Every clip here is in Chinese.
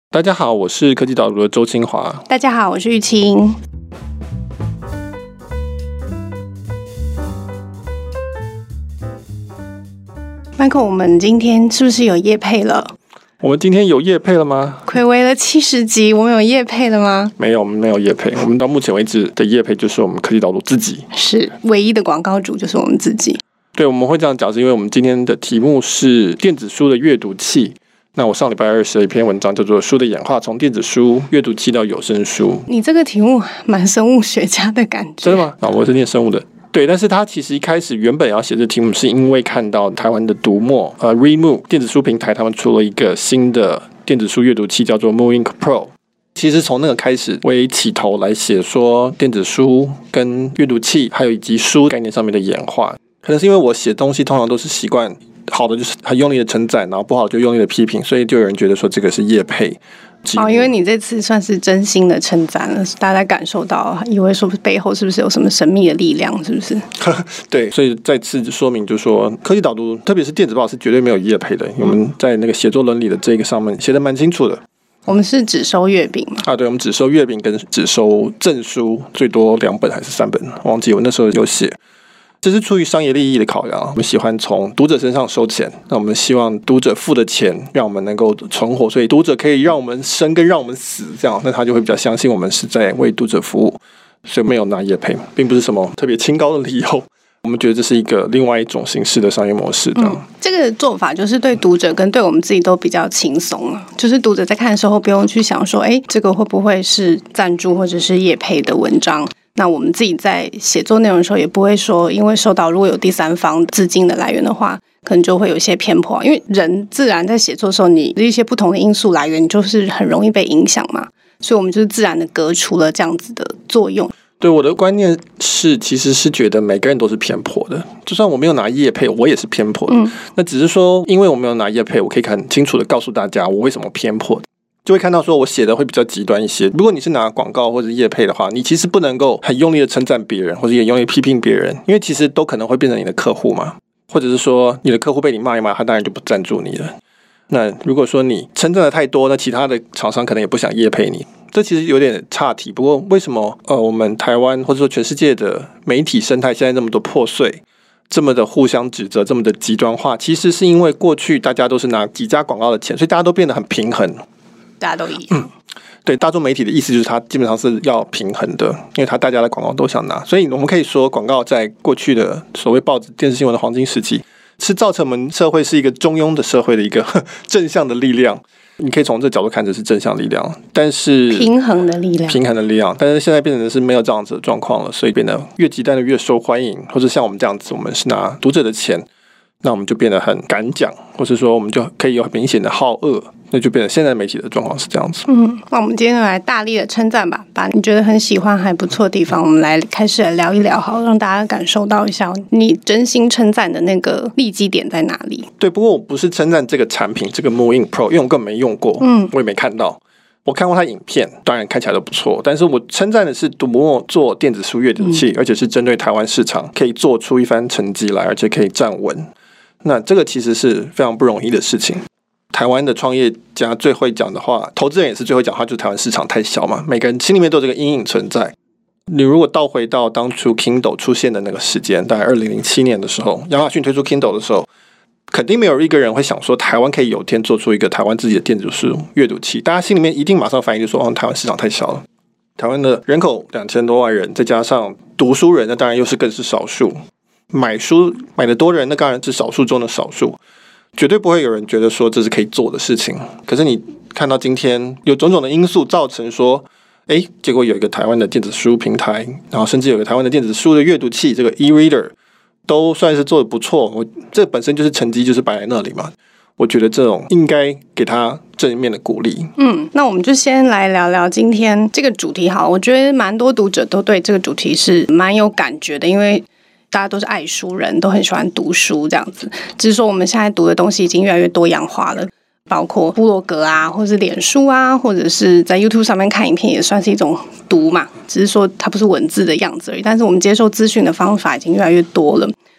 大家好，我是科技导读的周清华。 大家好，我是玉清。Michael， 我们今天是不是有业配了？ 我们今天有业配了吗？ 睽违了70集，我们有业配了吗？ 没有，我们没有业配。我们到目前为止的业配就是我们科技导读自己， 是唯一的广告主，就是我们自己。 对，我们会这样讲，是因为我们今天的题目是电子书的阅读器。那我上礼拜二写了一篇文章，叫做《书的演化：从电子书、阅读器到有声书》。 你这个题目蛮生物学家的感觉。 真的吗？我是念生物的。对，但是他其实一开始原本要写这题目，是因为看到台湾的读墨Readmoo 电子书平台，他们出了一个新的电子书阅读器，叫做 mooInk Pro。其实从那个开始为起头来写说电子书跟阅读器，还有以及书概念上面的演化。可能是因为我写东西通常都是习惯好的就是很用力的称赞，然后不好就用力的批评，所以就有人觉得说这个是业配。 因为你这次算是真心的称赞了，大家感受到，以为说背后是不是有什么神秘的力量，是不是？ 对，所以再次说明，就是说科技导读，特别是电子报是绝对没有业配的。我们在那个写作伦理的这个上面写得蛮清楚的。 我们是只收月饼嘛？ 对，我们只收月饼跟只收证书，最多2本还是3本，忘记我那时候有写。这是出于商业利益的考量，我们喜欢从读者身上收钱，那我们希望读者付的钱让我们能够存活，所以读者可以让我们生跟让我们死，这样那他就会比较相信我们是在为读者服务，所以没有拿业配，并不是什么特别清高的理由。我们觉得这是一个另外一种形式的商业模式。 这个做法就是对读者跟对我们自己都比较轻松了，就是读者在看的时候不用去想说，这个会不会是赞助或者是业配的文章。那我们自己在写作内容的时候也不会说，因为受到如果有第三方资金的来源的话，可能就会有一些偏颇，因为人自然在写作的时候，你一些不同的因素来源，你就是很容易被影响嘛，所以我们就是自然的革除了这样子的作用。 对，我的观念是，其实是觉得每个人都是偏颇的，就算我没有拿业配，我也是偏颇的。那只是说，因为我没有拿业配，我可以很清楚的告诉大家我为什么偏颇，就会看到说我写的会比较极端一些。如果你是拿广告或者业配的话，你其实不能够很用力的称赞别人，或者也用力批评别人，因为其实都可能会变成你的客户嘛，或者是说你的客户被你骂一骂，他当然就不赞助你了。那如果说你称赞的太多，那其他的厂商可能也不想业配你，这其实有点岔题。不过为什么我们台湾或者说全世界的媒体生态现在这么多破碎，这么的互相指责，这么的极端化，其实是因为过去大家都是拿几家广告的钱，所以大家都变得很平衡， 大家都一样。 对，大众媒体的意思就是它基本上是要平衡的，因为大家的广告都想拿，所以我们可以说广告在过去的所谓报纸电视新闻的黄金时期，是造成我们社会是一个中庸的社会的一个正向的力量。你可以从这角度看，这是正向力量，但是平衡的力量， 但是现在变成是没有这样子的状况了，所以变得越极端的越受欢迎，或者像我们这样子，我们是拿读者的钱，那我们就变得很敢讲，或是说我们就可以有很明显的好恶，那就变成现在媒体的状况是这样子。 那我们今天就来大力的称赞吧，把你觉得很喜欢还不错的地方，我们来开始来聊一聊，好让大家感受到一下你真心称赞的那个利基点在哪里。 对，不过我不是称赞这个产品，这个 mooInk Pro， 因为我根本没用过，我也没看到。我看过他影片，当然看起来都不错，但是我称赞的是读墨做电子书阅读器，而且是针对台湾市场可以做出一番成绩来，而且可以站稳。那这个其实是非常不容易的事情。台湾的创业家最会讲的话，投资人也是最会讲话，就是台湾市场太小嘛，每个人心里面都有这个阴影存在。你如果倒回到当初 Kindle 出现的那个时间，大概2007年的时候，亚马逊推出 Kindle 的时候，肯定没有一个人会想说台湾可以有天做出一个台湾自己的电子书阅读器，大家心里面一定马上反应就说，台湾市场太小了。台湾的人口2000多万人，再加上读书人，那当然又是更是少数，买书买得多的人，那当然是少数中的少数，绝对不会有人觉得说这是可以做的事情。可是你看到今天有种种的因素造成说，结果有一个台湾的电子书平台，然后甚至有一个台湾的电子书的阅读器，这个 e-reader 都算是做得不错，这本身就是成绩，就是摆在那里嘛。我觉得这种应该给他正面的鼓励。 那我们就先来聊聊今天这个主题好了。我觉得蛮多读者都对这个主题是蛮有感觉的，因为大家都是爱书人，都很喜欢读书这样子。只是说我们现在读的东西已经越来越多样化了，包括部落格啊，或是脸书啊，或者是在 YouTube 上面看影片，也算是一种读嘛，只是说它不是文字的样子而已。但是我们接受资讯的方法已经越来越多了，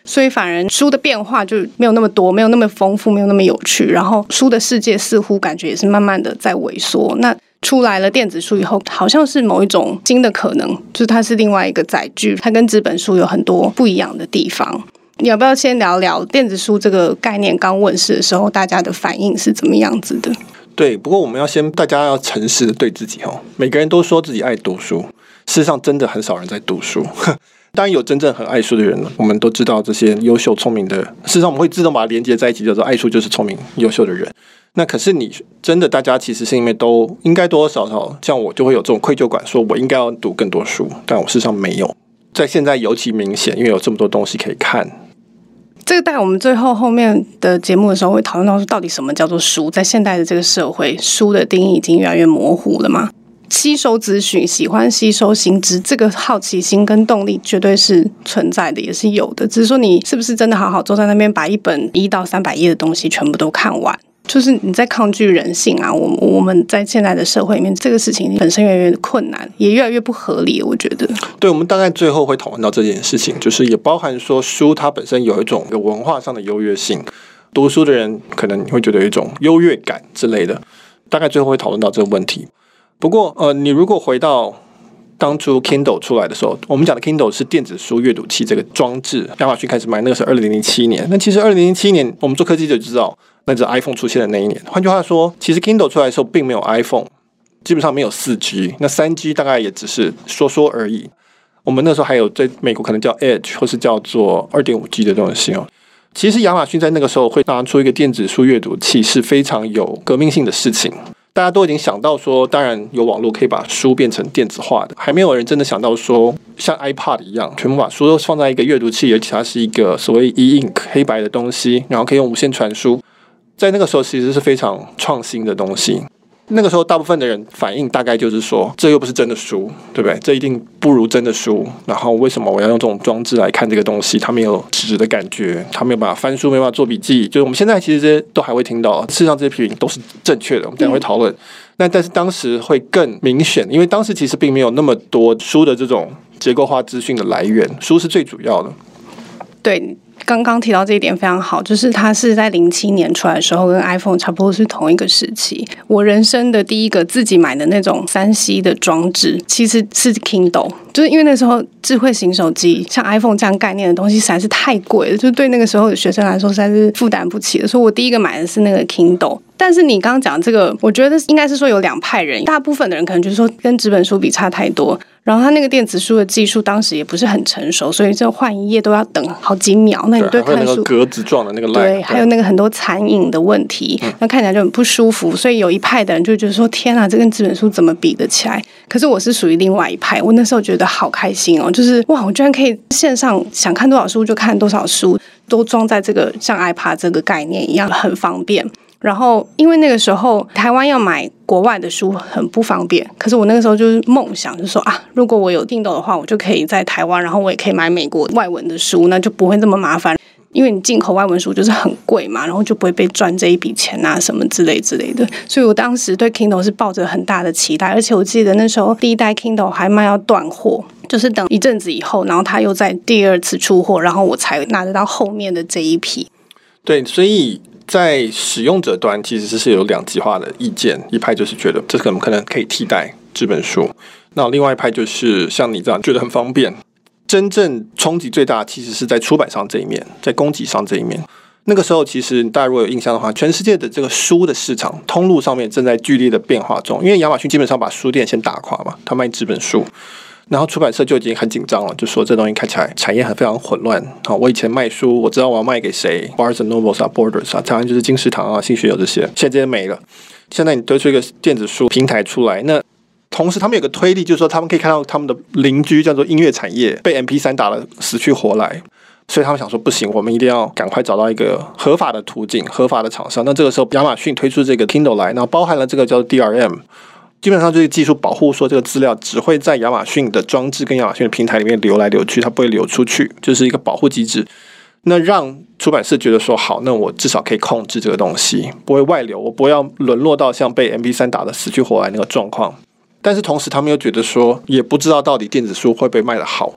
所以反而书的变化就没有那么多，没有那么丰富，没有那么有趣，然后书的世界似乎感觉也是慢慢的在萎缩。那出来了电子书以后，好像是某一种新的可能，就是它是另外一个载具，它跟纸本书有很多不一样的地方。你要不要先聊聊电子书这个概念刚问世的时候，大家的反应是怎么样子的？ 对，不过我们要先大家要诚实的对自己哦。每个人都说自己爱读书，事实上真的很少人在读书。当然有真正很爱书的人，我们都知道这些优秀聪明的，事实上我们会自动把它连接在一起，叫做爱书就是聪明优秀的人。那可是你真的大家其实心里面都应该多多少少，像我就会有这种愧疚感，说我应该要读更多书，但我事实上没有。在现在尤其明显，因为有这么多东西可以看。 这个在我们最后面的节目的时候会讨论到说，到底什么叫做书？在现代的这个社会，书的定义已经越来越模糊了嘛？吸收资讯，喜欢吸收新知，这个好奇心跟动力绝对是存在的，也是有的。只是说你是不是真的好好坐在那边，把一本1到300页的东西全部都看完？就是你在抗拒人性啊！我们在现在的社会里面，这个事情本身越来越困难，也越来越不合理。我觉得， 对，我们大概最后会讨论到这件事情，就是也包含说书它本身有一种文化上的优越性，读书的人可能会觉得有一种优越感之类的。大概最后会讨论到这个问题。不过，你如果回到当初 Kindle 出来的时候，我们讲的 Kindle 是电子书阅读器这个装置，亚马逊开始卖，那个是2007年。那其实2007年，我们做科技就知道，那是 iPhone 出现的那一年。换句话说，其实 Kindle 出来的时候并没有 iPhone， 基本上没有4G， 那3G 大概也只是说说而已。我们那时候还有在美国可能叫 Edge 或是叫做 2.5G 的东西哦。其实亚马逊在那个时候会拿出一个电子书阅读器是非常有革命性的事情。大家都已经想到说，当然有网络可以把书变成电子化的，还没有人真的想到说像 iPod 一样，全部把书都放在一个阅读器，而且它是一个所谓 e-ink 黑白的东西，然后可以用无线传输。在那个时候其实是非常创新的东西。那个时候大部分的人反应大概就是说，这又不是真的书，对不对？这一定不如真的书。然后为什么我要用这种装置来看这个东西？它没有纸的感觉，它没有办法翻书，没有办法做笔记。就是我们现在其实这些都还会听到，事实上这些批评都是正确的，我们等一下会讨论。但是当时会更明显，因为当时其实并没有那么多书的这种结构化资讯的来源，书是最主要的。 对。刚刚提到这一点非常好，就是它是在07年出来的时候，跟 iPhone 差不多是同一个时期。我人生的第一个自己买的那种3C 的装置，其实是 Kindle， 就是因为那时候智慧型手机像 iPhone 这样概念的东西实在是太贵了，就对那个时候的学生来说实在是负担不起的，所以我第一个买的是那个 Kindle。但是你刚刚讲这个，我觉得应该是说有2派人，大部分的人可能就是说跟纸本书比差太多，然后他那个电子书的技术当时也不是很成熟，所以这换一页都要等好几秒，那你对看书还有那个格子状的那个 line， 对，还有那个很多残影的问题，那看起来就很不舒服，所以有一派的人就觉得说天啊，这跟纸本书怎么比得起来？可是我是属于另外一派，我那时候觉得好开心哦，就是哇，我居然可以线上想看多少书就看多少书，都装在这个像 iPad 这个概念一样，很方便。然后因为那个时候台湾要买国外的书很不方便，可是我那个时候就是梦想，就是说啊，如果我有Kindle的话，我就可以在台湾，然后我也可以买美国外文的书，那就不会这么麻烦，因为你进口外文书就是很贵嘛，然后就不会被赚这一笔钱啊什么之类的。所以我当时对 Kindle 是抱着很大的期待，而且我记得那时候第一代 Kindle 还卖要断货，就是等一阵子以后，然后他又在第2次出货，然后我才拿得到后面的这一批。 对，所以在使用者端其实是有2极化的意见，一派就是觉得这可能可以替代纸本书，那另外一派就是像你这样觉得很方便。真正冲击最大其实是在出版商这一面，在供给商这一面。那个时候其实大家如果有印象的话，全世界的这个书的市场通路上面正在剧烈的变化中，因为亚马逊基本上把书店先打垮嘛，他卖纸本书，然后出版社就已经很紧张了，就说这东西看起来产业非常混乱。我以前卖书，我知道我要卖给谁 ，Barnes and Noble 啊 ，Borders 啊，台湾就是金石堂啊、新学友这些，现在这些没了。现在你推出一个电子书平台出来，那同时他们有个推力，就是说他们可以看到他们的邻居叫做音乐产业被 MP3 打得死去活来，所以他们想说不行，我们一定要赶快找到一个合法的途径、合法的厂商。那这个时候亚马逊推出这个 Kindle 来，然后包含了这个叫做 DRM。基本上这个技术保护说这个资料只会在亚马逊的装置跟亚马逊的平台里面流来流去，它不会流出去，就是一个保护机制。那让出版社觉得说好，那我至少可以控制这个东西，不会外流，我不要沦落到像被 MP3 打得死去活来那个状况。但是同时他们又觉得说，也不知道到底电子书会不会卖得好，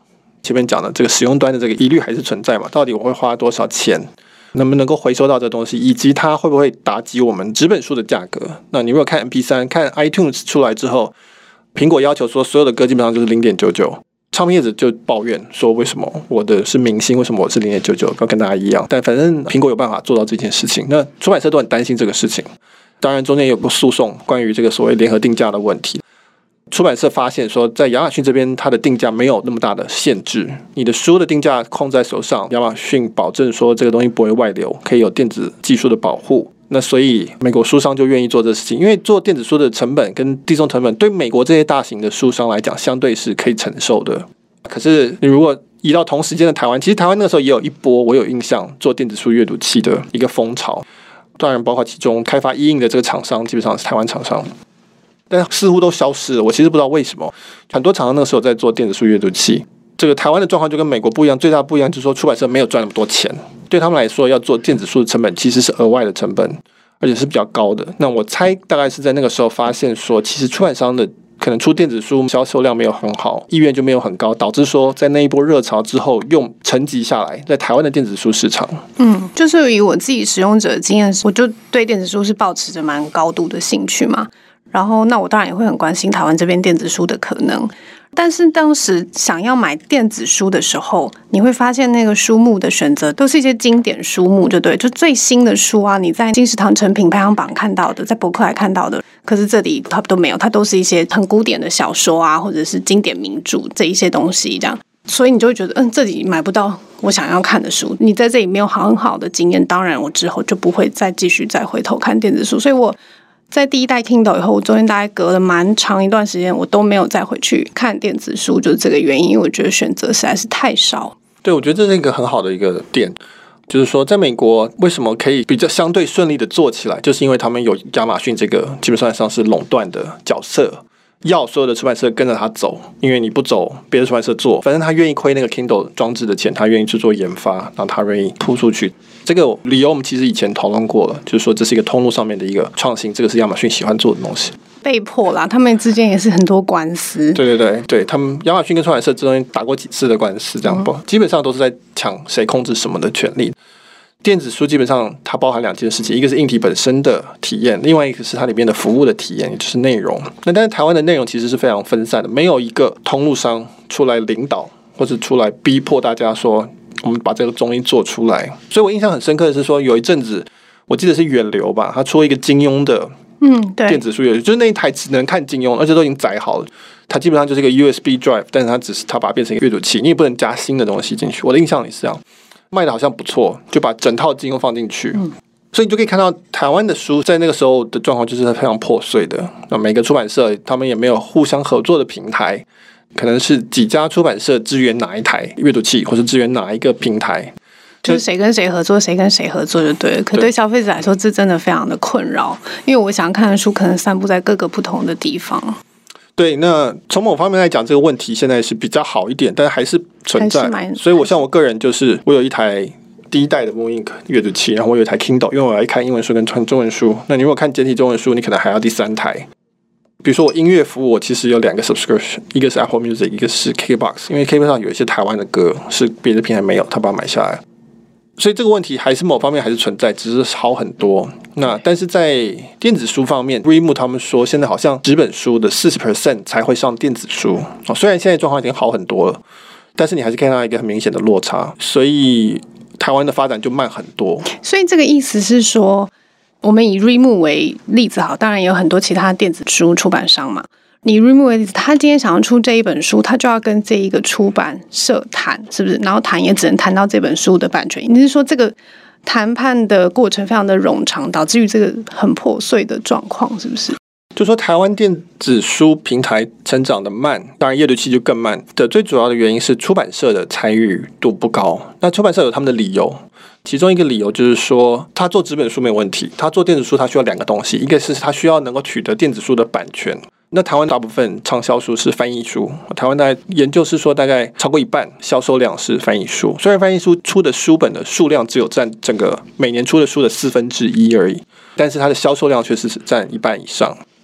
前面讲的这个使用端的这个疑虑还是存在嘛？到底我会花多少钱？能不能够回收到这东西，以及它会不会打击我们纸本书的价格？那你如果看 MP3， 看 iTunes 出来之后，苹果要求说所有的歌基本上就是 0.99， 唱片业者就抱怨说为什么我的是明星，为什么我是 0.99， 跟大家一样？但反正苹果有办法做到这件事情，那出版社都很担心这个事情。当然中间有个诉讼关于这个所谓联合定价的问题。出版社发现说，在亚马逊这边，它的定价没有那么大的限制，你的书的定价控在手上，亚马逊保证说这个东西不会外流，可以有电子技术的保护。那所以美国书商就愿意做这事情，因为做电子书的成本跟递送成本对美国这些大型的书商来讲，相对是可以承受的。可是你如果移到同时间的台湾，其实台湾那个时候也有一波，我有印象做电子书阅读器的一个风潮，当然包括其中开发e-ink的这个厂商，基本上是台湾厂商。但似乎都消失了，我其实不知道为什么。很多厂商那个时候在做电子书阅读器，这个台湾的状况就跟美国不一样，最大的不一样就是说出版社没有赚那么多钱，对他们来说要做电子书的成本其实是额外的成本，而且是比较高的。那我猜大概是在那个时候发现说，其实出版商的可能出电子书销售量没有很好，意愿就没有很高，导致说在那一波热潮之后又沉寂下来，在台湾的电子书市场。 就是以我自己使用者的经验，我就对电子书是抱持着蛮高度的兴趣嘛。然后那我当然也会很关心台湾这边电子书的可能，但是当时想要买电子书的时候，你会发现那个书目的选择都是一些经典书目，就最新的书啊，你在金石堂诚品排行榜看到的，在博客来看到的，可是这里它都没有，它都是一些很古典的小说啊，或者是经典名著这一些东西这样。所以你就会觉得这里买不到我想要看的书，你在这里没有很好的经验，当然我之后就不会再继续再回头看电子书。所以我在第一代 Kindle 以后，我中间大概隔了蛮长一段时间，我都没有再回去看电子书，就是这个原因，因为我觉得选择实在是太少。 对，我觉得这是一个很好的一个点，就是说在美国为什么可以比较相对顺利的做起来，就是因为他们有亚马逊这个基本上是垄断的角色，要所有的出版社跟着他走，因为你不走，别的出版社做，反正他愿意亏那个 Kindle 装置的钱，他愿意去做研发，然后他愿意铺出去。这个理由我们其实以前讨论过了，就是说这是一个通路上面的一个创新，这个是亚马逊喜欢做的东西。 被迫啦，他们之间也是很多官司。 对，他们亚马逊跟出版社之间打过几次的官司，这样基本上都是在抢谁控制什么的权利。电子书基本上它包含两件事情，一个是硬体本身的体验，另外一个是它里面的服务的体验，也就是内容。但是台湾的内容其实是非常分散的，没有一个通路商出来领导或者出来逼迫大家说我们把这个东西做出来。所以我印象很深刻的是说，有一阵子我记得是远流吧，他出了一个金庸的电子书阅读，就是那一台只能看金庸，而且都已经载好了。它基本上就是一个 USB drive， 但是它把它变成一个阅读器，你也不能加新的东西进去。我的印象里是这样，卖的好像不错，就把整套金庸放进去。所以你就可以看到台湾的书在那个时候的状况就是非常破碎的。那每个出版社他们也没有互相合作的平台，可能是几家出版社支援哪一台阅读器，或是支援哪一个平台， 就是谁跟谁合作，谁跟谁合作就对了。可对消费者来说，这真的非常的困扰，因为我想看的书可能散布在各个不同的地方。 对，那从某方面来讲，这个问题现在是比较好一点，但还是存在。所以我个人就是我有一台第一代的 mooInk 阅读器，然后我有一台 Kindle， 因为我要看英文书跟中文书。那你如果看简体中文书，你可能还要第三台。比如说我音乐服务，我其实有2个 subscription， 一个是 Apple Music， 一个是 KKBOX， 因为 KKBOX 上有一些台湾的歌是别的平台没有，他把它买下来。所以这个问题还是某方面还是存在，只是好很多。那但是在电子书方面 Readmoo 他们说现在好像纸本书的 40% 才会上电子书，虽然现在状况已经好很多了，但是你还是看到一个很明显的落差，所以台湾的发展就慢很多。 所以这个意思是说，我们以 Readmoo 为例子好，当然也有很多其他电子书出版商嘛。你 Readmoo 为例子，他今天想要出这一本书，他就要跟这一个出版社谈，是不是？然后谈也只能谈到这本书的版权。你是说这个谈判的过程非常的冗长，导致于这个很破碎的状况，是不是？ 就说台湾电子书平台成长的慢，当然阅读器就更慢的最主要的原因是出版社的参与度不高。那出版社有他们的理由，其中一个理由就是说，他做纸本书没有问题，他做电子书他需要2个东西，一个是他需要能够取得电子书的版权。那台湾大部分畅销书是翻译书，台湾大概研究是说大概超过一半销售量是翻译书，虽然翻译书出的书本的数量只有占整个每年出的书的1/4而已，但是它的销售量确实是占1半以上。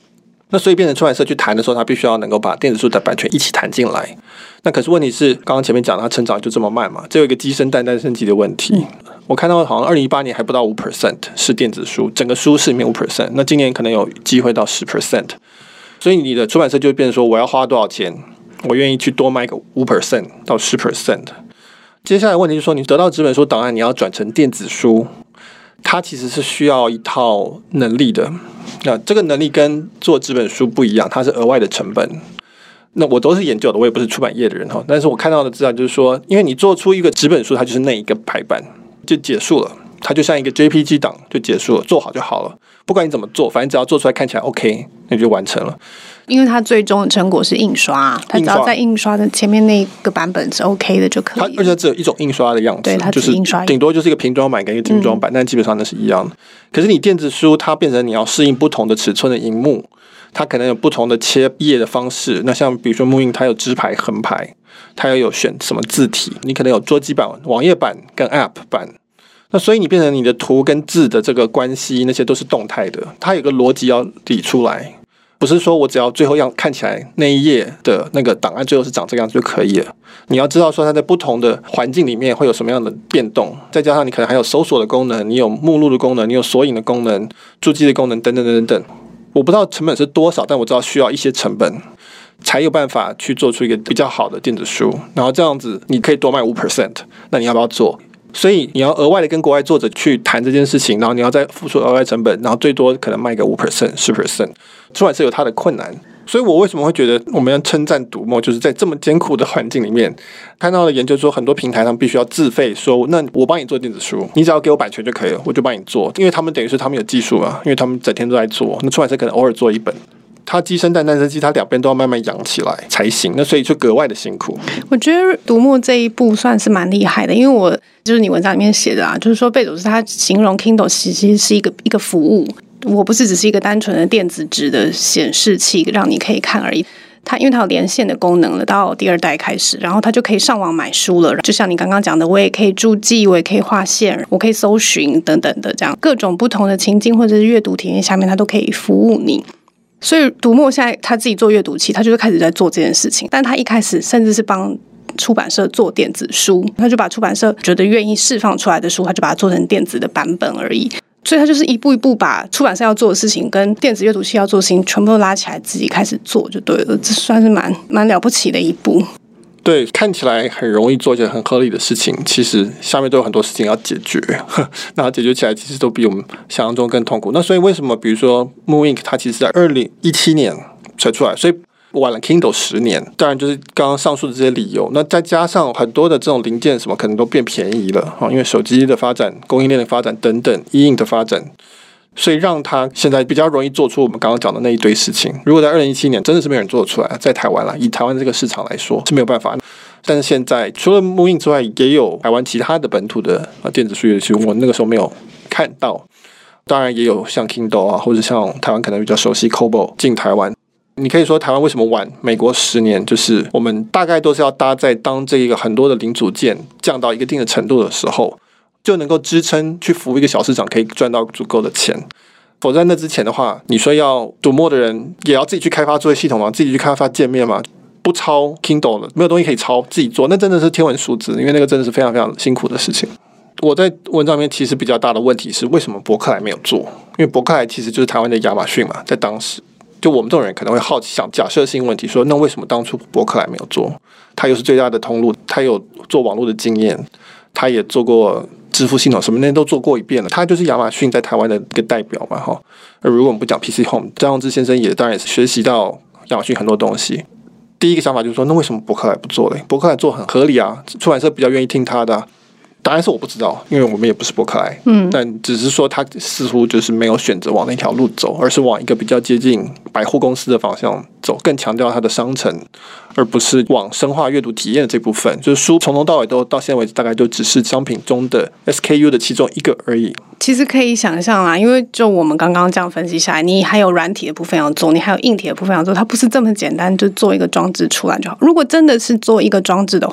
那所以变成出版社去谈的时候，他必须要能够把电子书的版权一起谈进来。那可是问题是，刚刚前面讲它成长就这么慢嘛，这有一个鸡生蛋蛋生鸡的问题。我看到好像2018年还不到 5% 是电子书，整个书市里面 5%， 那今年可能有机会到 10%。所以你的出版社就会变成说，我要花多少钱，我愿意去多卖个 5% 到 10%。接下来问题就是说，你得到纸本书档案，你要转成电子书，它其实是需要一套能力的。那这个能力跟做纸本书不一样，它是额外的成本。那我都是研究的，我也不是出版业的人哈。但是我看到的资料就是说，因为你做出一个纸本书，它就是那一个排版就结束了，它就像一个 JPG 档就结束了，做好就好了。不管你怎么做，反正只要做出来看起来 OK， 那就完成了。 因为它最终的成果是印刷，它只要在印刷的前面那个版本是 OK 的就可以了。 而且只有一种印刷的样子， 对，它只印刷， 就是顶多就是一个瓶装版跟一个精装版，但基本上那是一样的。可是你电子书它变成你要适应不同的尺寸的萤幕，它可能有不同的切页的方式。那像比如说木印，它有直排、横排，它又有选什么字体，你可能有桌机版、网页版跟 App 版。那所以你变成你的图跟字的这个关系，那些都是动态的，它有个逻辑要理出来。不是说我只要最后要看起来那一页的那个档案最后是长这个样子就可以了。你要知道说它在不同的环境里面会有什么样的变动，再加上你可能还有搜索的功能，你有目录的功能，你有索引的功能，注记的功能等等等等等。我不知道成本是多少，但我知道需要一些成本才有办法去做出一个比较好的电子书，然后这样子你可以多卖 5%， 那你要不要做？所以你要额外的跟国外作者去谈这件事情，然后你要再付出额外成本，然后最多可能卖个 5%、10%， 出版社有它的困难。所以我为什么会觉得我们要称赞读墨，就是在这么艰苦的环境里面，看到的研究说很多平台上必须要自费说，那我帮你做电子书，你只要给我版权就可以了，我就帮你做，因为他们等于是他们有技术啊，因为他们整天都在做，那出版社可能偶尔做一本。它鸡生蛋，蛋生鸡，它两边都要慢慢养起来才行，那所以就格外的辛苦。 我觉得读墨这一步算是蛮厉害的，因为我就是你文章里面写的啊，就是说贝佐斯他形容 Kindle 其实是一个服务，我不是只是一个单纯的电子纸的显示器让你可以看而已。它因为它有连线的功能了，到第2代开始，然后它就可以上网买书了。就像你刚刚讲的，我也可以注记，我也可以画线，我可以搜寻等等的，这样各种不同的情境或者是阅读体验下面，它都可以服务你。所以读墨现在他自己做阅读器，他就是开始在做这件事情。但他一开始甚至是帮出版社做电子书，他就把出版社觉得愿意释放出来的书，他就把它做成电子的版本而已。所以他就是一步一步把出版社要做的事情跟电子阅读器要做的事情全部都拉起来，自己开始做就对了。这算是蛮了不起的一步。 对，看起来很容易做一件很合理的事情，其实下面都有很多事情要解决，那解决起来其实都比我们想象中更痛苦。那所以为什么比如说 Moon Ink 它其实在2017年才出来，所以晚了 Kindle 10年，当然就是刚刚上述的这些理由。那再加上很多的这种零件什么可能都变便宜了，因为手机的发展、供应链的发展等等，e-ink 的发展，所以让它现在比较容易做出我们刚刚讲的那一堆事情。如果在2017年真的是没有人做得出来，在台湾啦，以台湾这个市场来说是没有办法。但是现在除了 Moon Ink 之外，也有台湾其他的本土的电子书阅读器，我那个时候没有看到。当然也有像 Kindle 啊，或者像台湾可能比较熟悉 Kobo 进台湾。你可以说台湾为什么晚美国10年，就是我们大概都是要搭在当这个很多的零组件降到一定的程度的时候，就能够支撑去服务一个小市场，可以赚到足够的钱。否则在那之前的话，你说要读墨的人也要自己去开发作业系统吗？自己去开发界面吗？不抄 Kindle 了，没有东西可以抄，自己做，那真的是天文数字，因为那个真的是非常非常辛苦的事情。我在文章里面其实比较大的问题是，为什么博客来没有做？因为博客来其实就是台湾的亚马逊嘛，在当时。就我们这种人可能会好奇，想假设性问题说，那为什么当初博客来没有做？他又是最大的通路，他有做网络的经验，他也做过支付系统，什么那些都做过一遍了。他就是亚马逊在台湾的一个代表嘛，哈。而如果我们不讲 PC Home， 张扬之先生也当然也是学习到亚马逊很多东西。第一个想法就是说，那为什么博客来不做嘞？博客来做很合理啊，出版社比较愿意听他的啊。答案是我不知道，因为我们也不是博客来，但只是说他似乎就是没有选择往那条路走，而是往一个比较接近百货公司的方向走，更强调它的商城，而不是往深化阅读体验的这部分。就是书从头到尾都到现在为止，大概就只是商品中的 SKU 的其中一个而已。 其实可以想象啦，因为就我们刚刚这样分析下来，你还有软体的部分要做，你还有硬体的部分要做，它不是这么简单就做一个装置出来就好。如果真的是做一个装置的话，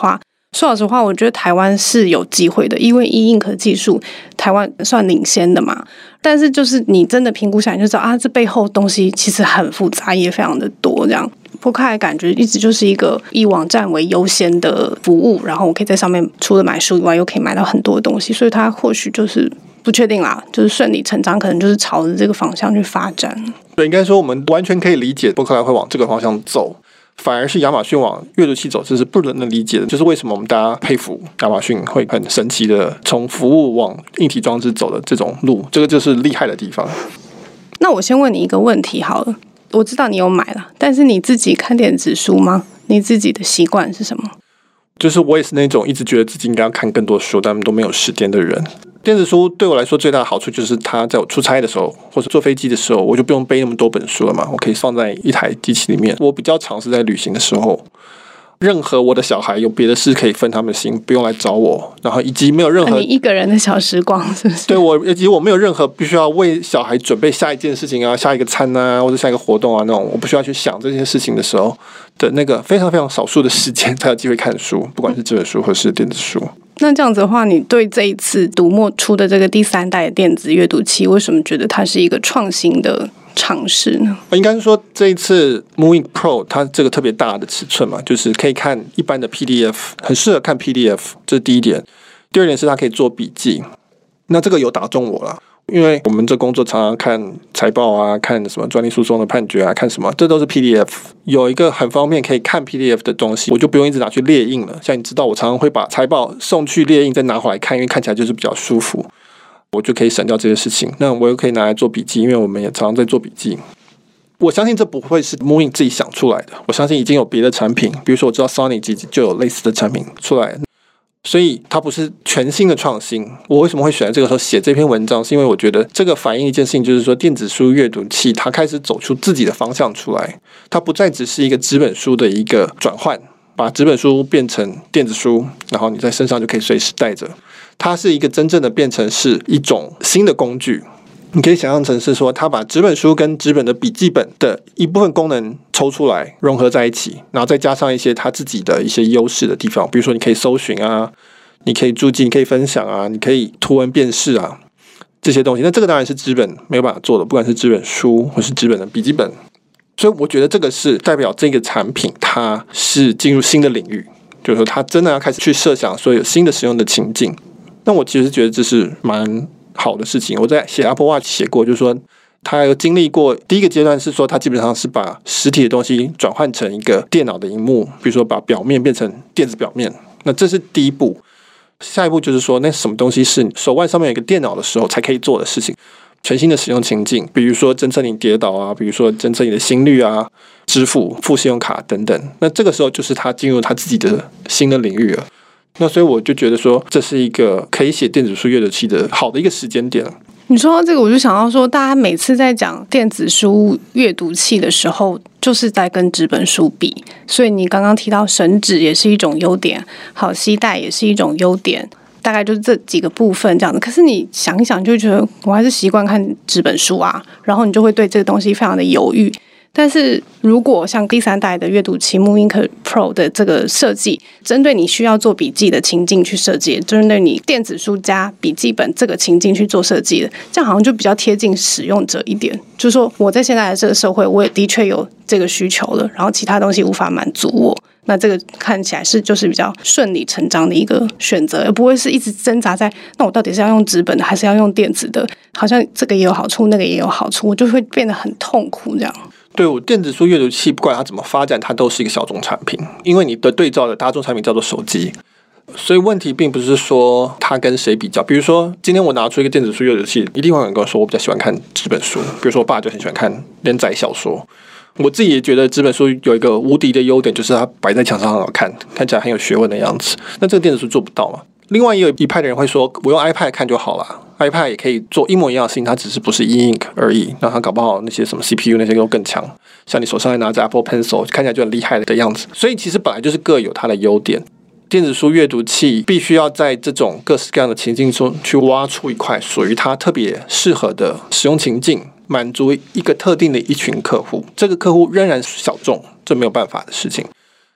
说老实话，我觉得台湾是有机会的，因为e-ink 技术台湾算领先的嘛。但是就是你真的评估下来，你就知道啊，这背后东西其实很复杂，也非常的多。这样波克海感觉一直就是一个以网站为优先的服务，然后我可以在上面除了买书以外，又可以买到很多的东西，所以它或许就是不确定啦，就是顺理成章，可能就是朝着这个方向去发展。 对，应该说我们完全可以理解波克海会往这个方向走。反而是亚马逊往阅读器走，这是不能理解的。就是为什么我们大家佩服亚马逊会很神奇的从服务往硬体装置走的这种路，这个就是厉害的地方。 那我先问你一个问题好了，我知道你有买了，但是你自己看电子书吗？你自己的习惯是什么？ 就是我也是那种一直觉得自己应该要看更多书，但都没有时间的人。电子书对我来说最大的好处就是它在我出差的时候或者坐飞机的时候，我就不用背那么多本书了嘛，我可以放在一台机器里面。我比较常是在旅行的时候，任何我的小孩有别的事可以分他们的心，不用来找我，然后以及没有任何你一个人的小时光是不是？ 对，以及我没有任何必须要为小孩准备下一件事情啊，下一个餐啊，或者下一个活动啊，那种我不需要去想这些事情的时候的那个非常非常少数的时间才有机会看书，不管是这本书或是电子书。 那这样子的话，你对这一次读墨出的这个第3代的电子阅读器，为什么觉得它是一个创新的尝试呢？ 应该是说这一次 MooInk Pro 它这个特别大的尺寸嘛，就是可以看一般的 PDF， 很适合看 PDF， 这是第一点。第二点是它可以做笔记，那这个有打中我了。因为我们这工作常常看财报啊，看什么专利诉讼的判决啊，看什么，这都是 PDF。有一个很方便可以看 PDF 的东西，我就不用一直拿去列印了。像你知道，我常常会把财报送去列印，再拿回来看，因为看起来就是比较舒服，我就可以省掉这些事情。那我又可以拿来做笔记，因为我们也常常在做笔记。我相信这不会是 MooInk 自己想出来的，我相信已经有别的产品，比如说我知道 Sony 就有类似的产品出来。所以它不是全新的创新。我为什么会选在这个时候写这篇文章，是因为我觉得这个反映一件事情，就是说电子书阅读器它开始走出自己的方向出来，它不再只是一个纸本书的一个转换，把纸本书变成电子书，然后你在身上就可以随时带着。它是一个真正的变成是一种新的工具。你可以想象成是说，它把纸本书跟纸本的笔记本的一部分功能抽出来，融合在一起，然后再加上一些它自己的一些优势的地方，比如说你可以搜寻啊，你可以注记，你可以分享啊，你可以图文辨识啊，这些东西。那这个当然是纸本没有办法做的，不管是纸本书或是纸本的笔记本。所以我觉得这个是代表这个产品它是进入新的领域，就是说它真的要开始去设想所有新的使用的情境。那我其实觉得这是蛮好的事情。我在写 Apple Watch 写过，就是说他有经历过第一个阶段是说，他基本上是把实体的东西转换成一个电脑的萤幕，比如说把表面变成电子表面，那这是第一步。下一步就是说，那什么东西是手腕上面有一个电脑的时候才可以做的事情，全新的使用情境，比如说侦测你跌倒啊，比如说侦测你的心率啊，支付信用卡等等。那这个时候就是他进入他自己的新的领域了。那所以我就觉得说，这是一个可以写电子书阅读器的好的一个时间点。 你说到这个，我就想到说，大家每次在讲电子书阅读器的时候，就是在跟纸本书比。所以你刚刚提到省纸也是一种优点，好携带也是一种优点，大概就是这几个部分这样子。可是你想一想，就会觉得我还是习惯看纸本书啊，然后你就会对这个东西非常的犹豫。但是如果像第3代的阅读器 MooInk Pro 的这个设计，针对你需要做笔记的情境去设计，针对你电子书加笔记本这个情境去做设计的，这样好像就比较贴近使用者一点。就是说我在现在的这个社会，我也的确有这个需求了，然后其他东西无法满足我，那这个看起来是就是比较顺理成章的一个选择，而不会是一直挣扎在那我到底是要用纸本的还是要用电子的，好像这个也有好处那个也有好处，我就会变得很痛苦这样。 对，我电子书阅读器不管它怎么发展，它都是一个小众产品，因为你的对照的大众产品叫做手机，所以问题并不是说它跟谁比较。比如说今天我拿出一个电子书阅读器，一定会有人跟我说我比较喜欢看纸本书，比如说我爸就很喜欢看连载小说。我自己也觉得纸本书有一个无敌的优点，就是它摆在墙上很好看，看起来很有学问的样子，那这个电子书做不到嘛。另外也有一派的人会说，我用 iPad 看就好了，iPad 也可以做一模一样的事情，它只是不是 e-ink 而已。那它搞不好那些什么 CPU 那些都更强，像你手上还拿着 Apple Pencil， 看起来就很厉害的样子。所以其实本来就是各有它的优点。电子书阅读器必须要在这种各式各样的情境中去挖出一块属于它特别适合的使用情境，满足一个特定的一群客户。这个客户仍然是小众，这没有办法的事情。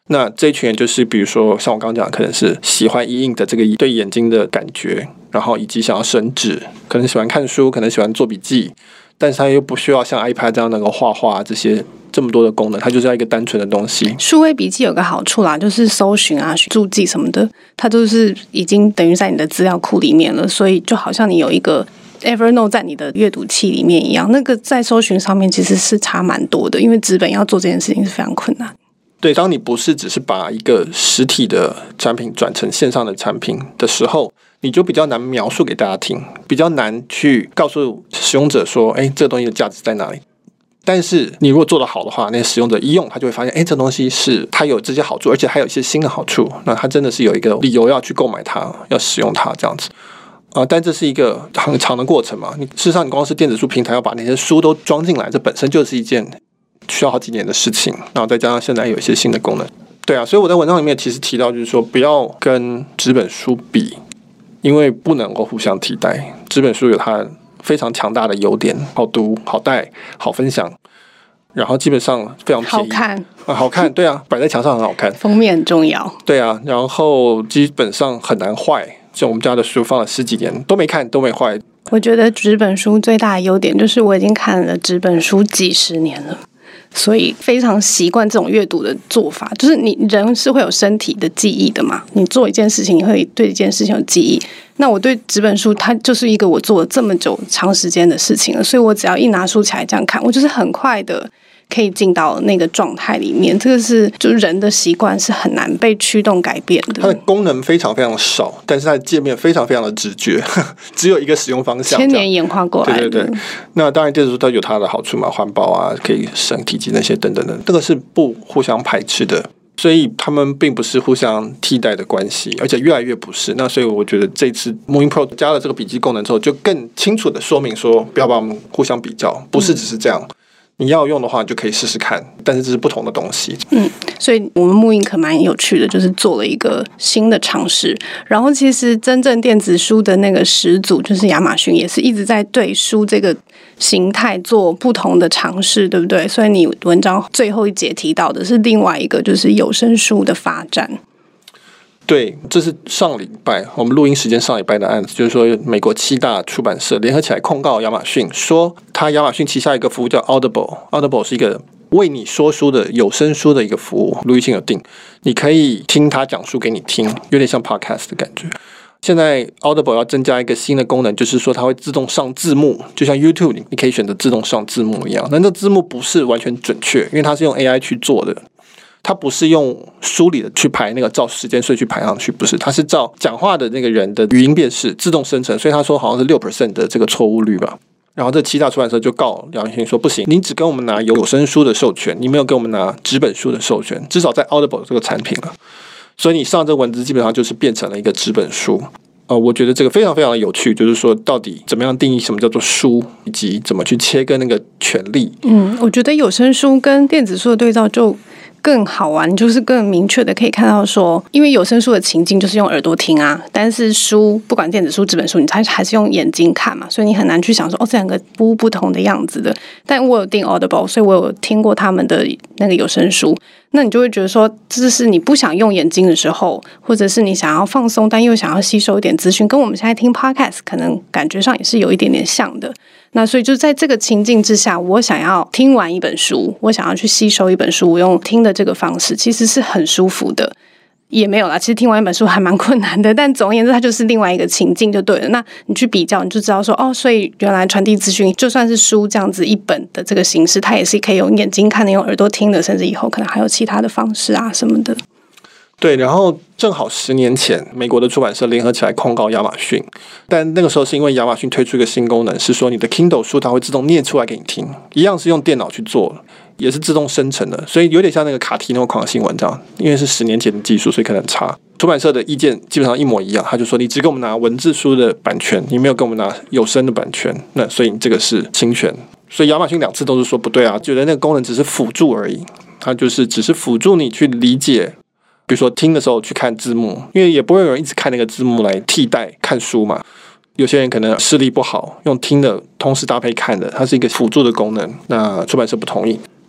那这一群人就是比如说像我刚刚讲的，可能是喜欢E-Ink的这个对眼睛的感觉，然后以及想要省纸，可能喜欢看书，可能喜欢做笔记，但是他又不需要像 iPad 这样能够画画这些这么多的功能，它就是要一个单纯的东西。 数位笔记有个好处啦，就是搜寻啊、注记什么的，它都是已经等于在你的资料库里面了，所以就好像你有一个 Evernote 在你的阅读器里面一样，那个在搜寻上面其实是差蛮多的，因为纸本要做这件事情是非常困难。 对，当你不是只是把一个实体的产品转成线上的产品的时候，你就比较难描述给大家听，比较难去告诉使用者说，这个东西的价值在哪里。但是你如果做得好的话，那些使用者一用，他就会发现，这东西是它有这些好处，而且还有一些新的好处，那他真的是有一个理由要去购买它，要使用它这样子。但这是一个很长的过程嘛。事实上，你光是电子书平台要把那些书都装进来，这本身就是一件需要好几年的事情，然后再加上现在有一些新的功能。对啊，所以我在文章里面其实提到，就是说不要跟纸本书比，因为不能够互相替代。纸本书有它非常强大的优点，好读、好带、好分享，然后基本上非常便宜， 好看好看，对啊，摆在墙上很好看， 封面很重要， 对啊，然后基本上很难坏，像我们家的书放了10几年都没看都没坏。 我觉得纸本书最大的优点就是我已经看了纸本书几十年了，所以非常习惯这种阅读的做法。就是你人是会有身体的记忆的嘛，你做一件事情你会对一件事情有记忆，那我对纸本书它就是一个我做了这么久长时间的事情了，所以我只要一拿书起来这样看，我就是很快的可以进到那个状态里面。这个是就是人的习惯是很难被驱动改变的。 它的功能非常非常少，但是它的界面非常非常的直觉，只有一个使用方向， 千年演化过来的。 对对对。那当然电子书它有它的好处嘛，环保啊，可以省体积那些等等的，这个是不互相排斥的。所以他们并不是互相替代的关系，而且越来越不是。那所以我觉得这次 MooInk Pro 加了这个笔记功能之后，就更清楚的说明说，不要把我们互相比较，不是只是这样。你要用的话就可以试试看，但是这是不同的东西。 所以我们MooInk蛮有趣的，就是做了一个新的尝试。然后其实真正电子书的那个始祖就是亚马逊，也是一直在对书这个形态做不同的尝试，对不对？所以你文章最后一节提到的是另外一个，就是有声书的发展。 对，这是上礼拜我们录音时间上礼拜的案子，就是说美国7大出版社联合起来控告亚马逊，说亚马逊旗下一个服务叫 Audible 是一个为你说书的有声书的一个服务，卢玉清有订，你可以听他讲书给你听，有点像 podcast 的感觉。现在 Audible 要增加一个新的功能，就是说它会自动上字幕，就像 YouTube 你可以选择自动上字幕一样。那字幕不是完全准确，因为它是用 AI 去做的，它不是用书里的去排那个照时间顺序排上去，不是，它是照讲话的那个人的语音辨识自动生成，所以他说好像是 6% 的这个错误率吧。然后这7大出版社就告亚马逊说不行，你只跟我们拿有声书的授权，你没有跟我们拿纸本书的授权，至少在 Audible 这个产品了。所以你上这个文字基本上就是变成了一个纸本书。我觉得这个非常非常的有趣，就是说到底怎么样定义什么叫做书，以及怎么去切割那个权利。 我觉得有声书跟电子书的对照就更好玩，就是更明确的可以看到说，因为有声书的情境就是用耳朵听啊，但是书不管电子书纸本书你还是用眼睛看嘛，所以你很难去想说这两个不同的样子的。但我有订 Audible， 所以我有听过他们的那个有声书，那你就会觉得说这是你不想用眼睛的时候，或者是你想要放松但又想要吸收一点资讯，跟我们现在听 Podcast 可能感觉上也是有一点点像的。那所以就在这个情境之下，我想要听完一本书，我想要去吸收一本书，我用听的这个方式其实是很舒服的。也没有啦，其实听完一本书还蛮困难的，但总而言之它就是另外一个情境就对了。那你去比较你就知道说所以原来传递资讯就算是书这样子一本的这个形式，它也是可以用眼睛看的，用耳朵听的，甚至以后可能还有其他的方式啊什么的。 对，然后正好10年前美国的出版社联合起来控告亚马逊，但那个时候是因为亚马逊推出一个新功能，是说你的 Kindle 书它会自动念出来给你听，一样是用电脑去做，也是自动生成的，所以有点像那个卡提诺狂新闻这样，因为是10年前的技术，所以可能很差。出版社的意见基本上一模一样，他就说你只给我们拿文字书的版权，你没有给我们拿有声的版权，那所以你这个是侵权。所以亚马逊2次都是说不对啊，觉得那个功能只是辅助而已，它就是只是辅助你去理解，比如说听的时候去看字幕，因为也不会有人一直看那个字幕来替代看书嘛。有些人可能视力不好，用听的同时搭配看的，它是一个辅助的功能。那出版社不同意。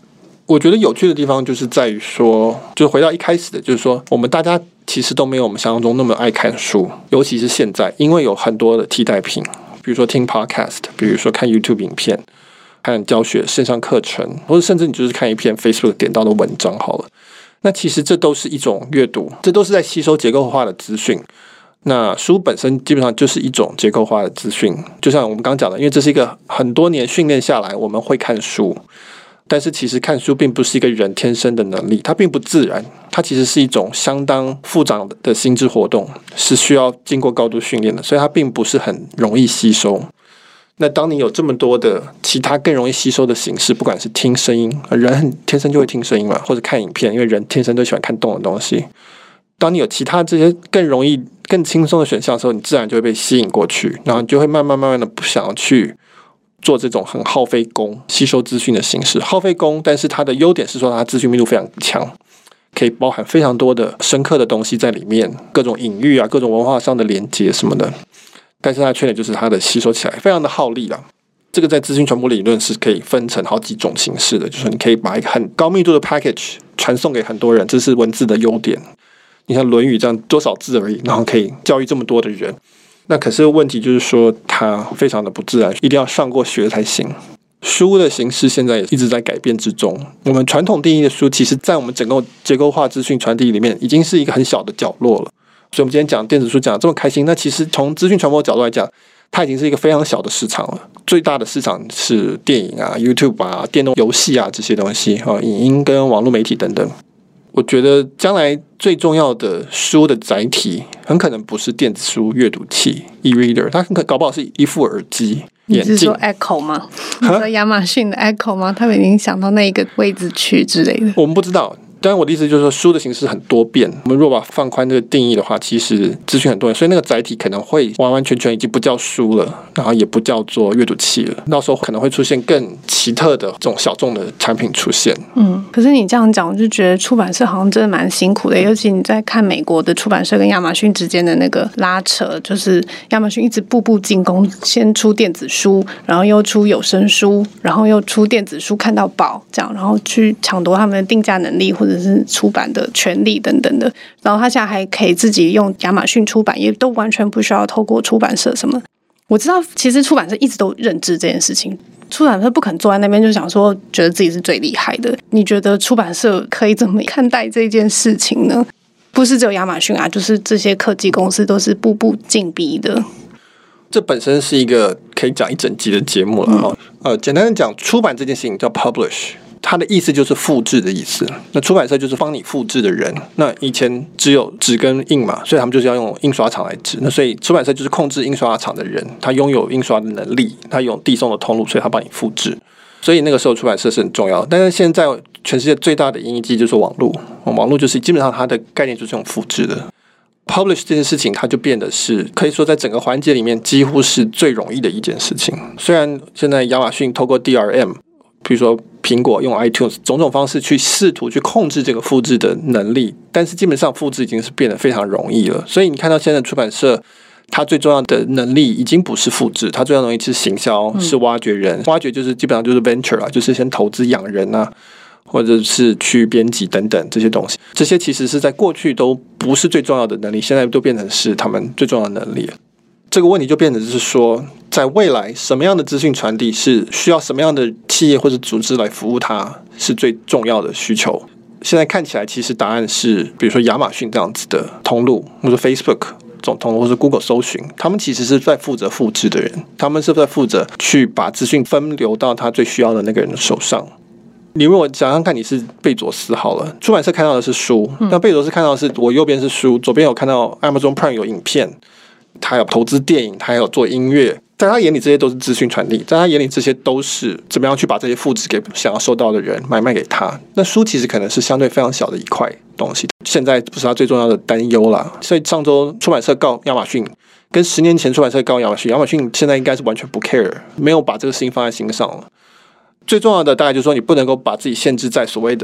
我觉得有趣的地方就是在于说，就回到一开始的，就是说我们大家其实都没有我们想象中那么爱看书，尤其是现在，因为有很多的替代品，比如说听 podcast， 比如说看 YouTube 影片，看教学线上课程，或者甚至你就是看一篇 Facebook 点到的文章好了。那其实这都是一种阅读，这都是在吸收结构化的资讯。那书本身基本上就是一种结构化的资讯，就像我们刚刚讲的，因为这是一个很多年训练下来，我们会看书。但是其实看书并不是一个人天生的能力，它并不自然，它其实是一种相当复杂的心智活动，是需要经过高度训练的，所以它并不是很容易吸收。那当你有这么多的其他更容易吸收的形式，不管是听声音，人天生就会听声音嘛，或者看影片，因为人天生都喜欢看动的东西。当你有其他这些更容易、更轻松的选项的时候，你自然就会被吸引过去，然后你就会慢慢的不想要去做这种很耗费功吸收资讯的形式，耗费功，但是它的优点是说它资讯密度非常强，可以包含非常多的深刻的东西在里面，各种隐喻啊，各种文化上的连接什么的。但是它的缺点就是它的吸收起来非常的耗力啦。这个在资讯传播理论是可以分成好几种形式的，就是你可以把一个很高密度的 package 传送给很多人，这是文字的优点。你像《论语》这样多少字而已，然后可以教育这么多的人。那可是问题就是说，它非常的不自然，一定要上过学才行。书的形式现在也一直在改变之中。我们传统定义的书，其实在我们整个结构化资讯传递里面，已经是一个很小的角落了。所以我们今天讲电子书讲得这么开心，那其实从资讯传播的角度来讲，它已经是一个非常小的市场了。最大的市场是电影啊、YouTube 啊、电动游戏啊这些东西啊，影音跟网络媒体等等。我觉得将来最重要的书的载体，很可能不是电子书阅读器 e-reader， 它很可能搞不好是一副耳机。 你是说 Echo 吗？你说亚马逊的 Echo 吗？他们已经想到那一个位置去之类的。 我们不知道。当然我的意思就是说，书的形式很多变，我们如果把放宽这个定义的话，其实资讯很多元，所以那个载体可能会完完全全已经不叫书了，然后也不叫做阅读器了，到时候可能会出现更奇特的这种小众的产品出现。 可是你这样讲，我就觉得出版社好像真的蛮辛苦的，尤其你在看美国的出版社跟亚马逊之间的那个拉扯，就是亚马逊一直步步进攻，先出电子书，然后又出有声书，然后又出电子书看到饱，这样，然后去抢夺他们的定价能力或者是出版的权利等等的，然后他现在还可以自己用亚马逊出版，也都完全不需要透过出版社什么。我知道其实出版社一直都认知这件事情，出版社不肯坐在那边就想说觉得自己是最厉害的。你觉得出版社可以怎么看待这件事情呢？不是只有亚马逊啊，就是这些科技公司都是步步进逼的。 这本身是一个可以讲一整集的节目了。简单的讲，出版这件事情叫 publish， 它的意思就是复制的意思。那出版社就是帮你复制的人。那以前只有纸跟印嘛，所以他们就是要用印刷厂来制。那所以出版社就是控制印刷厂的人，他拥有印刷的能力，他有递送的通路，所以他帮你复制。所以那个时候出版社是很重要的。但是现在全世界最大的影音机就是网络，网络就是基本上它的概念就是用复制的。Publish 这件事情，它就变得是可以说在整个环节里面几乎是最容易的一件事情。虽然现在亚马逊透过 DRM， 比如说苹果用 iTunes 种种方式去试图去控制这个复制的能力，但是基本上复制已经是变得非常容易了。所以你看到现在出版社，它最重要的能力已经不是复制，它最重要的能力是行销，是挖掘人。挖掘就是基本上就是 venture 啦，就是先投资养人啊，或者是去编辑等等这些东西，这些其实是在过去都不是最重要的能力，现在都变成是他们最重要的能力了。这个问题就变成是说，在未来什么样的资讯传递是需要什么样的企业或者组织来服务它，是最重要的需求。现在看起来，其实答案是，比如说亚马逊这样子的通路，或者 Facebook 这种通路，或者 Google 搜寻，他们其实是在负责复制的人，他们是在负责去把资讯分流到他最需要的那个人的手上。你如果想想看，你是贝佐斯好了，出版社看到的是书，那贝佐斯看到的是我右边是书，左边有看到 Amazon Prime 有影片，他有投资电影，他有做音乐，在他眼里这些都是资讯传递，在他眼里这些都是怎么样去把这些复制给想要收到的人卖给他。那书其实可能是相对非常小的一块东西，现在不是他最重要的担忧啦。所以上周出版社告亚马逊，跟10年前出版社告亚马逊，亚马逊现在应该是完全不 care， 没有把这个事情放在心上了。最重要的大概就是说，你不能够把自己限制在所谓的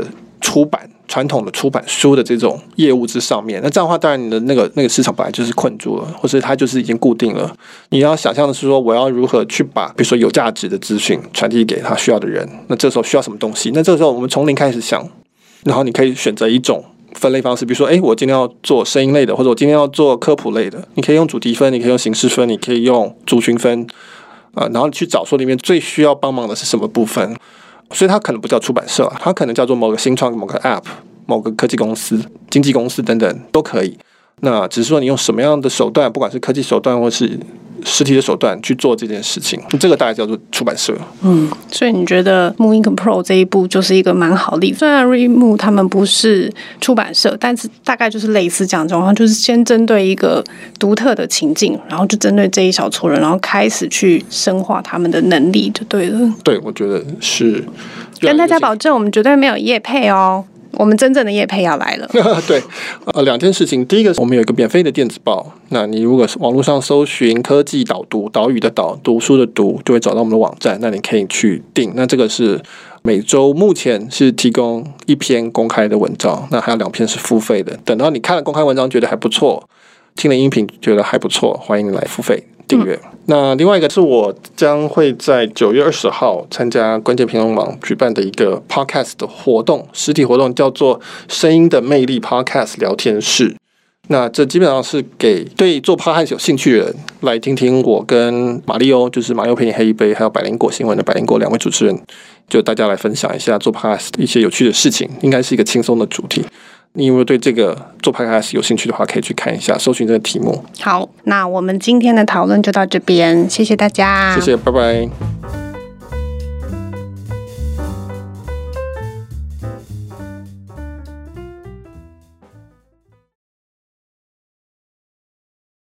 出版传统的出版书的这种业务之上面。那这样的话，当然你的那个市场本来就是困住了，或是它就是已经固定了。你要想象的是说，我要如何去把比如说有价值的资讯传递给他需要的人。那这时候需要什么东西？那这个时候我们从零开始想，然后你可以选择一种分类方式，比如说，我今天要做声音类的，或者我今天要做科普类的，你可以用主题分，你可以用形式分，你可以用族群分，然后去找说里面最需要帮忙的是什么部分。所以它可能不叫出版社，它可能叫做某个新创、某个 App、某个科技公司、经纪公司等等都可以。那只是说你用什么样的手段，不管是科技手段或是实体的手段去做这件事情，这个大概叫做出版社。 所以你觉得 MooInk Pro 这一步就是一个蛮好的例子。虽然 Readmoo 他们不是出版社，但是大概就是类似这样的状况，就是先针对一个独特的情境，然后就针对这一小撮人，然后开始去深化他们的能力就对了。 对，我觉得是。 跟大家保证，我们绝对没有业配哦。我们真正的业配要来了。 对，2件事情。第一个，我们有一个免费的电子报，那你如果网络上搜寻科技导读，岛屿的岛，读书的读，就会找到我们的网站，那你可以去订。那这个是每周目前是提供1篇公开的文章，那还有2篇是付费的。等到你看了公开文章觉得还不错，听了音频觉得还不错，欢迎你来付费订阅。那另外一个是我将会在9月20号参加关键评论网举办的一个 podcast 的活动，实体活动叫做声音的魅力 podcast 聊天室。那这基本上是给对做 podcast 有兴趣的人来听听我跟马里欧，就是马里欧陪你喝一杯，还有百灵果新闻的百灵果2位主持人，就大家来分享一下做 podcast 一些有趣的事情，应该是一个轻松的主题。你如果对这个做 podcast 有兴趣的话，可以去看一下，搜寻这个题目。 好，那我们今天的讨论就到这边，谢谢大家， 谢谢，拜拜。